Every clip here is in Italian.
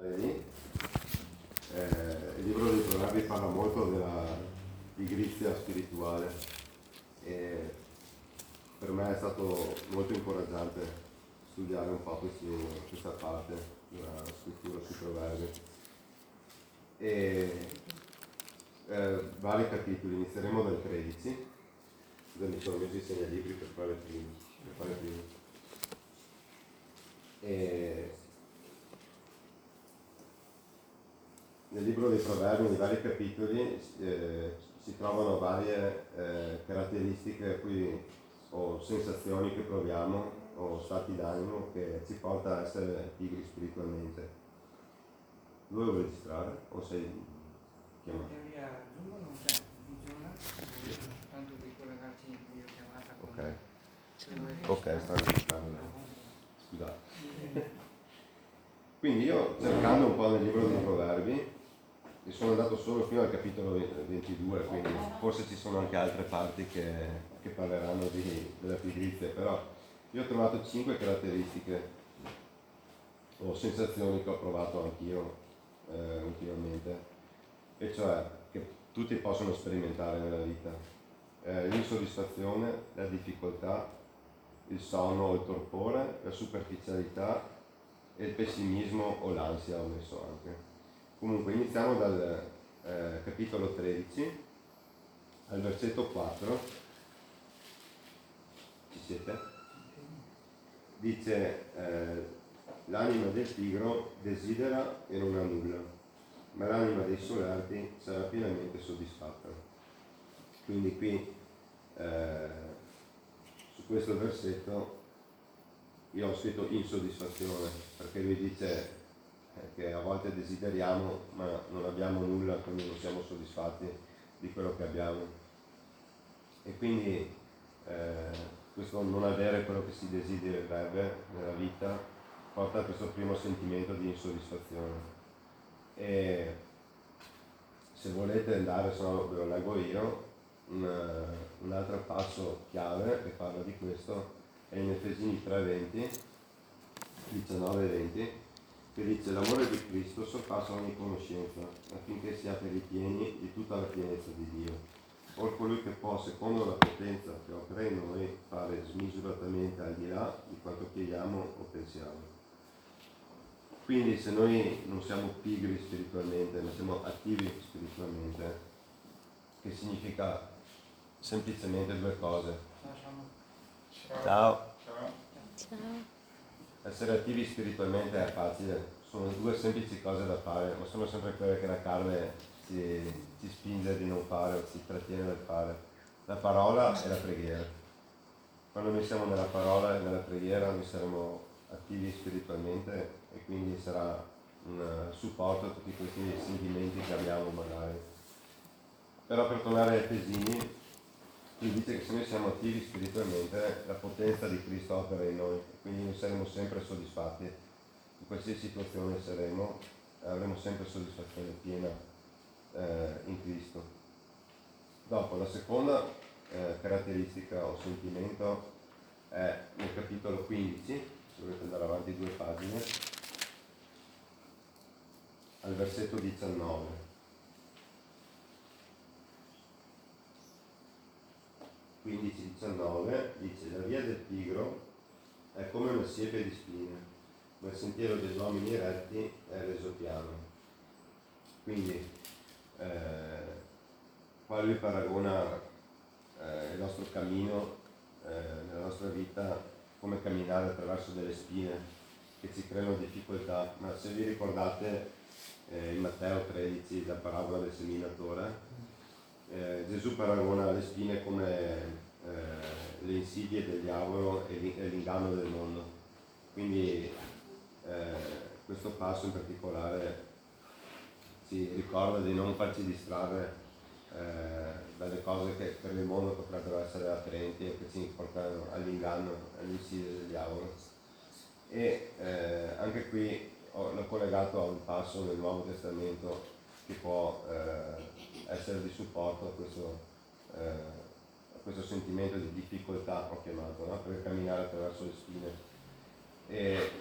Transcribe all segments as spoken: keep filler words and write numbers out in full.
Eh, il libro dei Proverbi parla molto della pigrizia spirituale e per me è stato molto incoraggiante studiare un po' questi, questa parte della scrittura sui Proverbi. E eh, vari capitoli, inizieremo dal tredici, dove mi sono messo i segnalibri per fare prima. Per fare prima. E nel libro dei Proverbi, nei vari capitoli, eh, si trovano varie eh, caratteristiche qui, o sensazioni che proviamo, o stati d'animo che ci porta a essere pigri spiritualmente. Dove vuoi registrare? O sei chiamato? In teoria Zoom non c'è, funziona, tanto di collegarci in videochiamata con... Ok, ok, sta registrando. Scusate. Quindi io, cercando un po' nel libro dei Proverbi, mi sono andato solo fino al capitolo ventidue, quindi forse ci sono anche altre parti che, che parleranno di, della pigrizia, però io ho trovato cinque caratteristiche o sensazioni che ho provato anch'io eh, ultimamente, e cioè che tutti possono sperimentare nella vita. Eh, l'insoddisfazione, la difficoltà, il sonno o il torpore, la superficialità e il pessimismo o l'ansia ho messo anche. Comunque iniziamo dal eh, capitolo tredici al versetto quattro. Ci siete? Dice eh, l'anima del pigro desidera e non ha nulla, ma l'anima dei solerti sarà pienamente soddisfatta. Quindi qui eh, su questo versetto io ho scritto insoddisfazione, perché lui dice che a volte desideriamo ma non abbiamo nulla, quindi non siamo soddisfatti di quello che abbiamo, e quindi eh, questo non avere quello che si desidererebbe nella vita porta a questo primo sentimento di insoddisfazione. E se volete andare, se no ve lo leggo io, un, un altro passo chiave che parla di questo è in Efesini tre venti, diciannove venti, che dice: l'amore di Cristo sorpassa ogni conoscenza, affinché siate ripieni di tutta la pienezza di Dio. Or colui che può, secondo la potenza che opera in noi, fare smisuratamente al di là di quanto chiediamo o pensiamo. Quindi se noi non siamo pigri spiritualmente, ma siamo attivi spiritualmente, che significa semplicemente due cose. Ciao. Ciao. Ciao. Ciao. Essere attivi spiritualmente è facile, sono due semplici cose da fare, ma sono sempre quelle che la carne ci, ci spinge di non fare o ci trattiene dal fare. La parola e la preghiera. Quando noi siamo nella parola e nella preghiera noi saremo attivi spiritualmente e quindi sarà un supporto a tutti questi sentimenti che abbiamo magari. Però per tornare ai Efesini, qui dice che se noi siamo attivi spiritualmente, la potenza di Cristo opera in noi, e quindi noi saremo sempre soddisfatti. In qualsiasi situazione saremo, avremo sempre soddisfazione piena eh, in Cristo. Dopo, la seconda eh, caratteristica o sentimento è nel capitolo quindici, se volete andare avanti due pagine, al versetto diciannove. quindici diciannove dice: la via del pigro è come una siepe di spine, ma il sentiero degli uomini retti è reso piano. Quindi eh, qua lui paragona eh, il nostro cammino eh, nella nostra vita come camminare attraverso delle spine che ci creano difficoltà, ma se vi ricordate eh, in Matteo tredici, la parabola del seminatore, Eh, Gesù paragona le spine come eh, le insidie del diavolo e l'inganno del mondo. Quindi eh, questo passo in particolare ci ricorda di non farci distrarre eh, dalle cose che per il mondo potrebbero essere attraenti e che ci portano all'inganno, all'insidia del diavolo. E eh, anche qui ho, l'ho collegato a un passo nel Nuovo Testamento che può eh, essere di supporto a questo, eh, a questo sentimento di difficoltà, ho chiamato, no? Per camminare attraverso le spine. E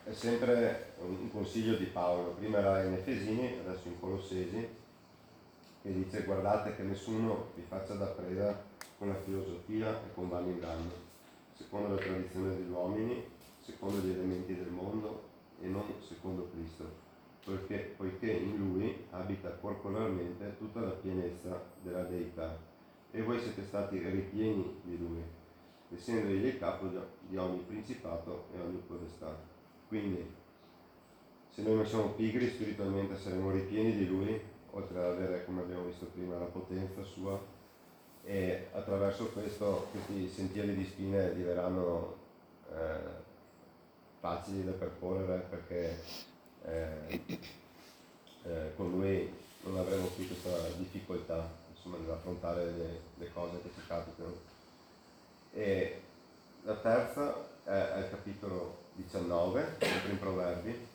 è sempre un consiglio di Paolo, prima era in Efesini, adesso in Colossesi, che dice: guardate che nessuno vi faccia da preda con la filosofia e con vani inganni, secondo la tradizione degli uomini, secondo gli elementi del mondo e non secondo Cristo, poiché, poiché in Lui abita corporealmente tutta la pienezza della Deità, e voi siete stati ripieni di Lui, essendo Egli il capo di ogni principato e ogni potestà. Quindi, se noi non siamo pigri spiritualmente, saremo ripieni di Lui, oltre ad avere, come abbiamo visto prima, la potenza sua, e attraverso questo questi sentieri di spine diverranno eh, facili da percorrere, perché eh, eh, con Lui non avremo più questa difficoltà, insomma, nell'affrontare le, le cose che ci capitano. E la terza è, è il capitolo diciannove, sempre in Proverbi,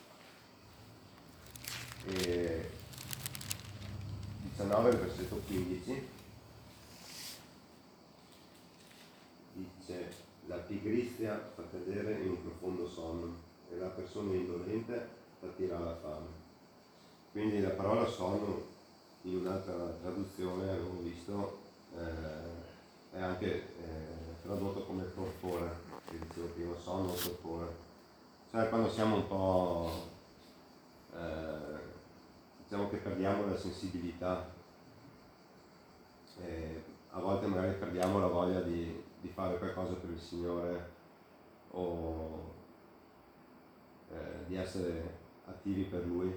e diciannove, il versetto quindici, dice: la pigrizia fa cadere in un profondo sonno e la persona indolente patirà la fame. Quindi la parola sonno, in un'altra traduzione avevo visto, eh, è anche eh, tradotto come torpore, che dicevo prima, sonno o torpore. Cioè quando siamo un po', eh, diciamo che perdiamo la sensibilità, eh, a volte magari perdiamo la voglia di, di fare qualcosa per il Signore, o eh, di essere attivi per Lui.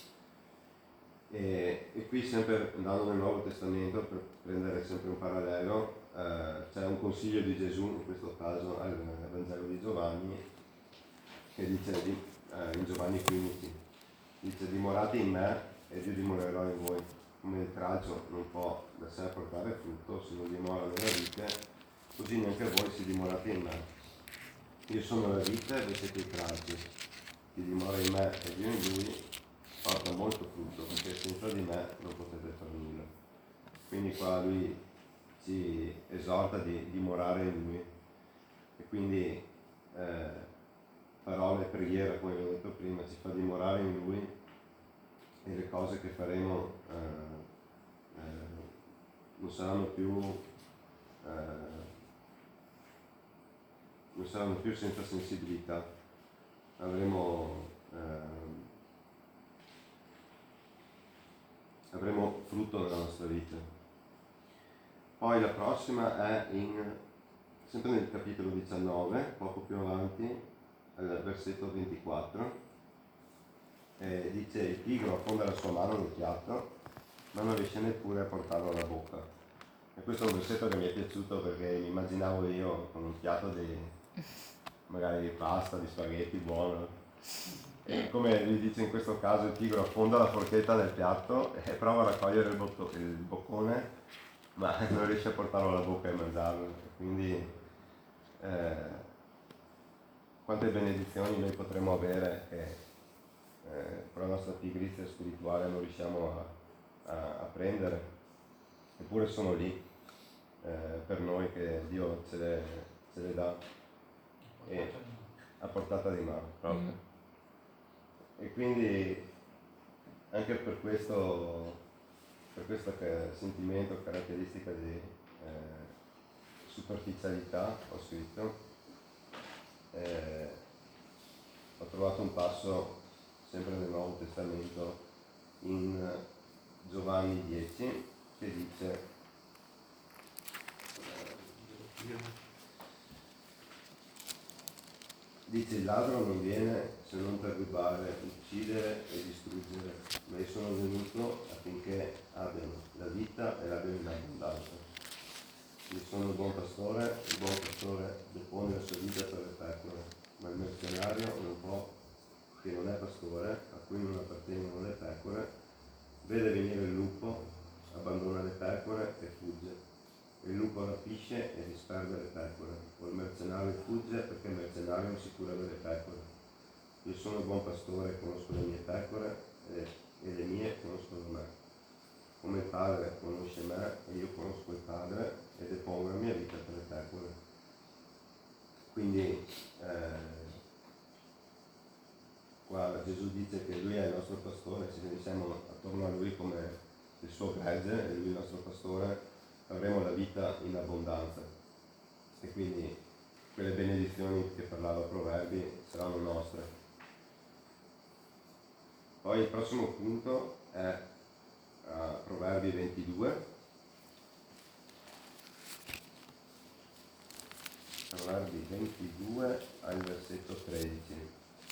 E, e qui, sempre andando nel Nuovo Testamento, per prendere sempre un parallelo, eh, c'è un consiglio di Gesù, in questo caso al Vangelo di Giovanni, che dice di, eh, in Giovanni quindici, dice: dimorate in me ed io dimorerò in voi, come il tralcio non può da sé portare frutto se non dimora nella vite, così neanche voi se dimorate in me. Io sono la vite e voi siete i tralci. Chi dimora in me ed io in lui porta molto frutto, perché senza di me non potete fare nulla. Quindi qua lui ci esorta di dimorare in lui, e quindi eh, parole e preghiera, come vi ho detto prima, ci fa dimorare in lui, e le cose che faremo eh, eh, non saranno più eh, non saranno più senza sensibilità, avremo eh, avremo frutto nella nostra vita. Poi la prossima è in, sempre nel capitolo diciannove, poco più avanti, al versetto ventiquattro, eh, dice: il pigro affonda la sua mano nel piatto, ma non riesce neppure a portarlo alla bocca. E questo è un versetto che mi è piaciuto, perché mi immaginavo io con un piatto di, magari di pasta, di spaghetti buono. E come lui dice in questo caso, il pigro affonda la forchetta nel piatto e prova a raccogliere il, botto, il boccone, ma non riesce a portarlo alla bocca e mangiarlo. Quindi eh, quante benedizioni noi potremo avere che eh, con la nostra pigrizia spirituale non riusciamo a, a, a prendere, eppure sono lì eh, per noi, che Dio ce le, ce le dà e a portata di mano proprio. Mm. E quindi anche per questo, per questo sentimento, caratteristica di eh, superficialità, ho scritto, eh, ho trovato un passo sempre nel Nuovo Testamento, in Giovanni dieci, che dice eh, dice: il ladro non viene se non per rubare, uccidere e distruggere, ma io sono venuto affinché abbiano la vita e l'abbiano in abbondanza. Io sono il buon pastore, il buon pastore depone la sua vita per le pecore, ma il mercenario non può, che non è pastore, a cui non appartengono le pecore, vede venire il lupo, abbandona le pecore e fugge. Il lupo rapisce e disperde le pecore, o il mercenario fugge perché il mercenario non si cura delle pecore. Io sono il buon pastore e conosco le mie pecore, e, e le mie conoscono me. Come il padre conosce me e io conosco il padre, e depongo la mia vita per le pecore. Quindi eh, pastore, se siamo attorno a lui come il suo gregge e lui il nostro pastore, avremo la vita in abbondanza. E quindi quelle benedizioni che parlava Proverbi saranno nostre. Poi il prossimo punto è uh, Proverbi ventidue. Proverbi ventidue al versetto tredici.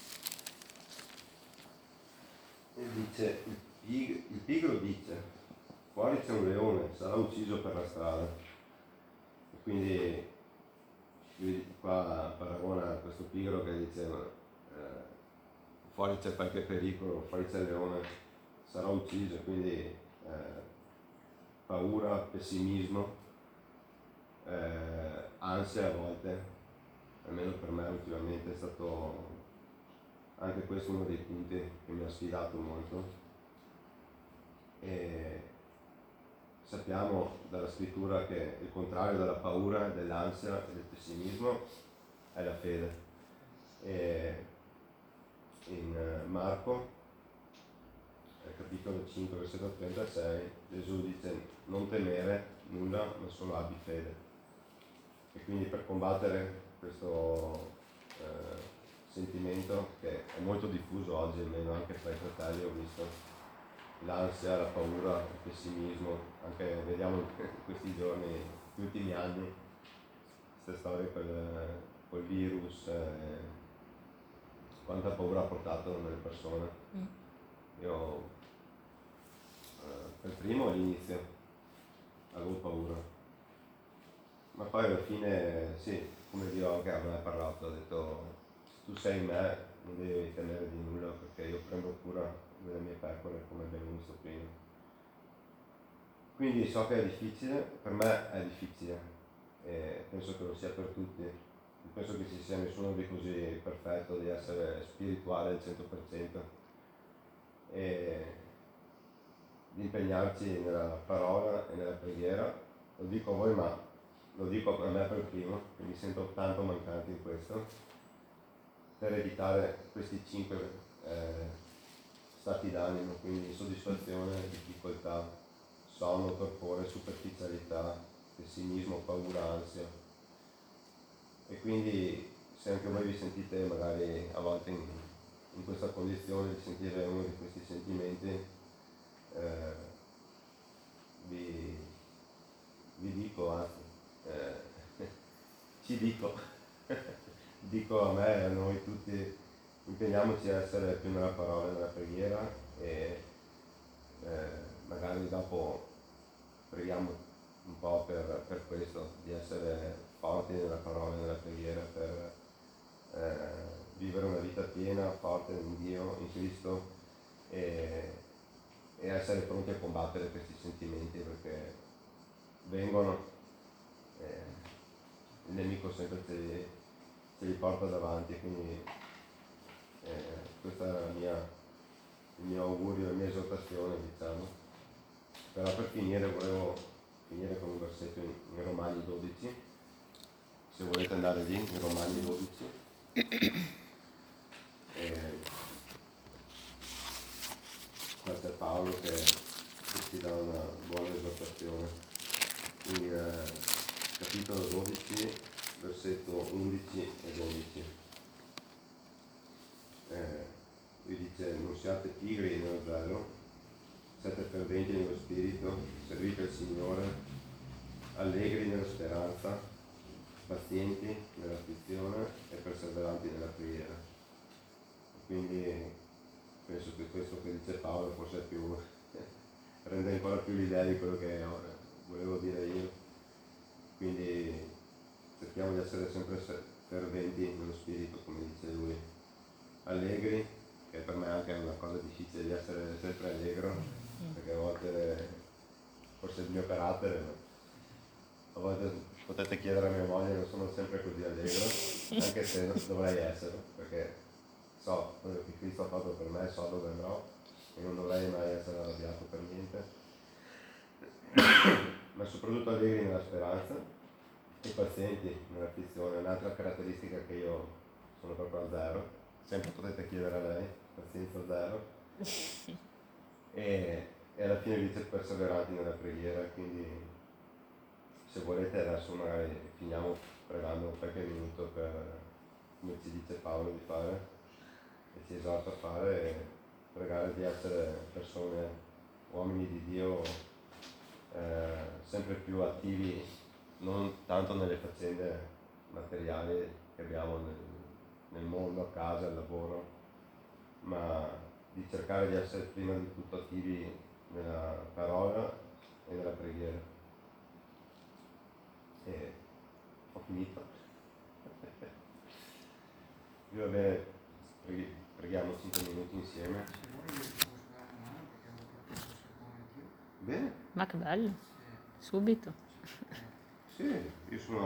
E dice, il, pig, il pigro dice, fuori c'è un leone, sarà ucciso per la strada. E quindi lui qua paragona questo pigro che diceva, eh, fuori c'è qualche pericolo, fuori c'è il leone, sarà ucciso, quindi eh, paura, pessimismo, eh, ansia a volte, almeno per me ultimamente è stato anche questo uno dei punti che mi ha sfidato molto. E sappiamo dalla scrittura che il contrario della paura, dell'ansia e del pessimismo è la fede. E in Marco, capitolo cinque, versetto trentasei, Gesù dice non temere nulla, ma solo abbi fede. E quindi per combattere questo eh, sentimento che è molto diffuso oggi, almeno anche tra i fratelli ho visto, l'ansia, la paura, il pessimismo, anche vediamo in questi giorni, negli ultimi anni, queste storie col, col virus, eh, quanta paura ha portato nelle persone. Mm. Io eh, per primo all'inizio avevo paura, ma poi alla fine sì, come Dio anche a me ha parlato, ha detto tu sei in me, non devi temere di nulla perché io prendo cura delle mie pecore, come abbiamo visto prima. Quindi so che è difficile, per me è difficile e penso che lo sia per tutti. Non penso che ci sia nessuno di così perfetto, di essere spirituale al cento per cento e di impegnarci nella parola e nella preghiera. Lo dico a voi, ma lo dico a me per primo, che mi sento tanto mancante in questo, per evitare questi cinque eh, stati d'animo, quindi insoddisfazione, difficoltà, sonno, torpore, superficialità, pessimismo, paura, ansia. E quindi se anche voi vi sentite magari a volte in, in questa condizione di sentire uno di questi sentimenti, eh, vi, vi dico, anzi, eh, ci dico, dico a me e a noi tutti, impegniamoci a essere più nella parola e nella preghiera e eh, magari dopo preghiamo un po' per, per questo, di essere forti nella parola e nella preghiera, per eh, vivere una vita piena, forte in Dio, in Cristo e, e essere pronti a combattere questi sentimenti perché vengono, eh, il nemico sempre ce li, ce li porta davanti, quindi eh, questa è la mia, il mio augurio, la mia esortazione, diciamo. Però per finire volevo finire con un versetto in, in Romani dodici, se volete andare lì, in Romani dodici. E qua c'è Paolo che, che ci dà una buona esortazione. In eh, capitolo dodici, versetto undici e dodici. Eh, lui dice, non siate pigri nello zelo, siate ferventi nello spirito, servite il Signore, allegri nella speranza, pazienti nell'afflizione e perseveranti nella preghiera. Quindi penso che questo che dice Paolo forse è più rende ancora più l'idea di quello che volevo dire io. Quindi cerchiamo di essere sempre ferventi nello spirito, come dice lui, allegri, che per me anche è una cosa difficile di essere sempre allegro, perché a volte forse è il mio carattere, ma a volte potete chiedere a mia moglie, non sono sempre così allegro, anche se dovrei essere, perché so quello che Cristo ha fatto per me, so dove andrò e non dovrei mai essere arrabbiato per niente, ma soprattutto allegri nella speranza e pazienti nell'afflizione. Un'altra caratteristica che io sono proprio a zero, sempre potete chiedere a lei, pazienza zero, e, e alla fine dice perseveranti nella preghiera, quindi se volete adesso magari finiamo pregando qualche minuto per, come ci dice Paolo di fare e ci esorta a fare, e pregare di essere persone, uomini di Dio, eh, sempre più attivi, non tanto nelle faccende materiali che abbiamo nel, nel mondo, a casa, al lavoro, ma di cercare di essere prima di tutto attivi nella parola e nella preghiera. E ho finito. Io va bene, preghi- preghiamo cinque minuti insieme. Se vuoi io ti posso dare una mano perché avevo proprio un secondo in più. Bene? Ma che bello, Se, subito. se per te Sì, io sono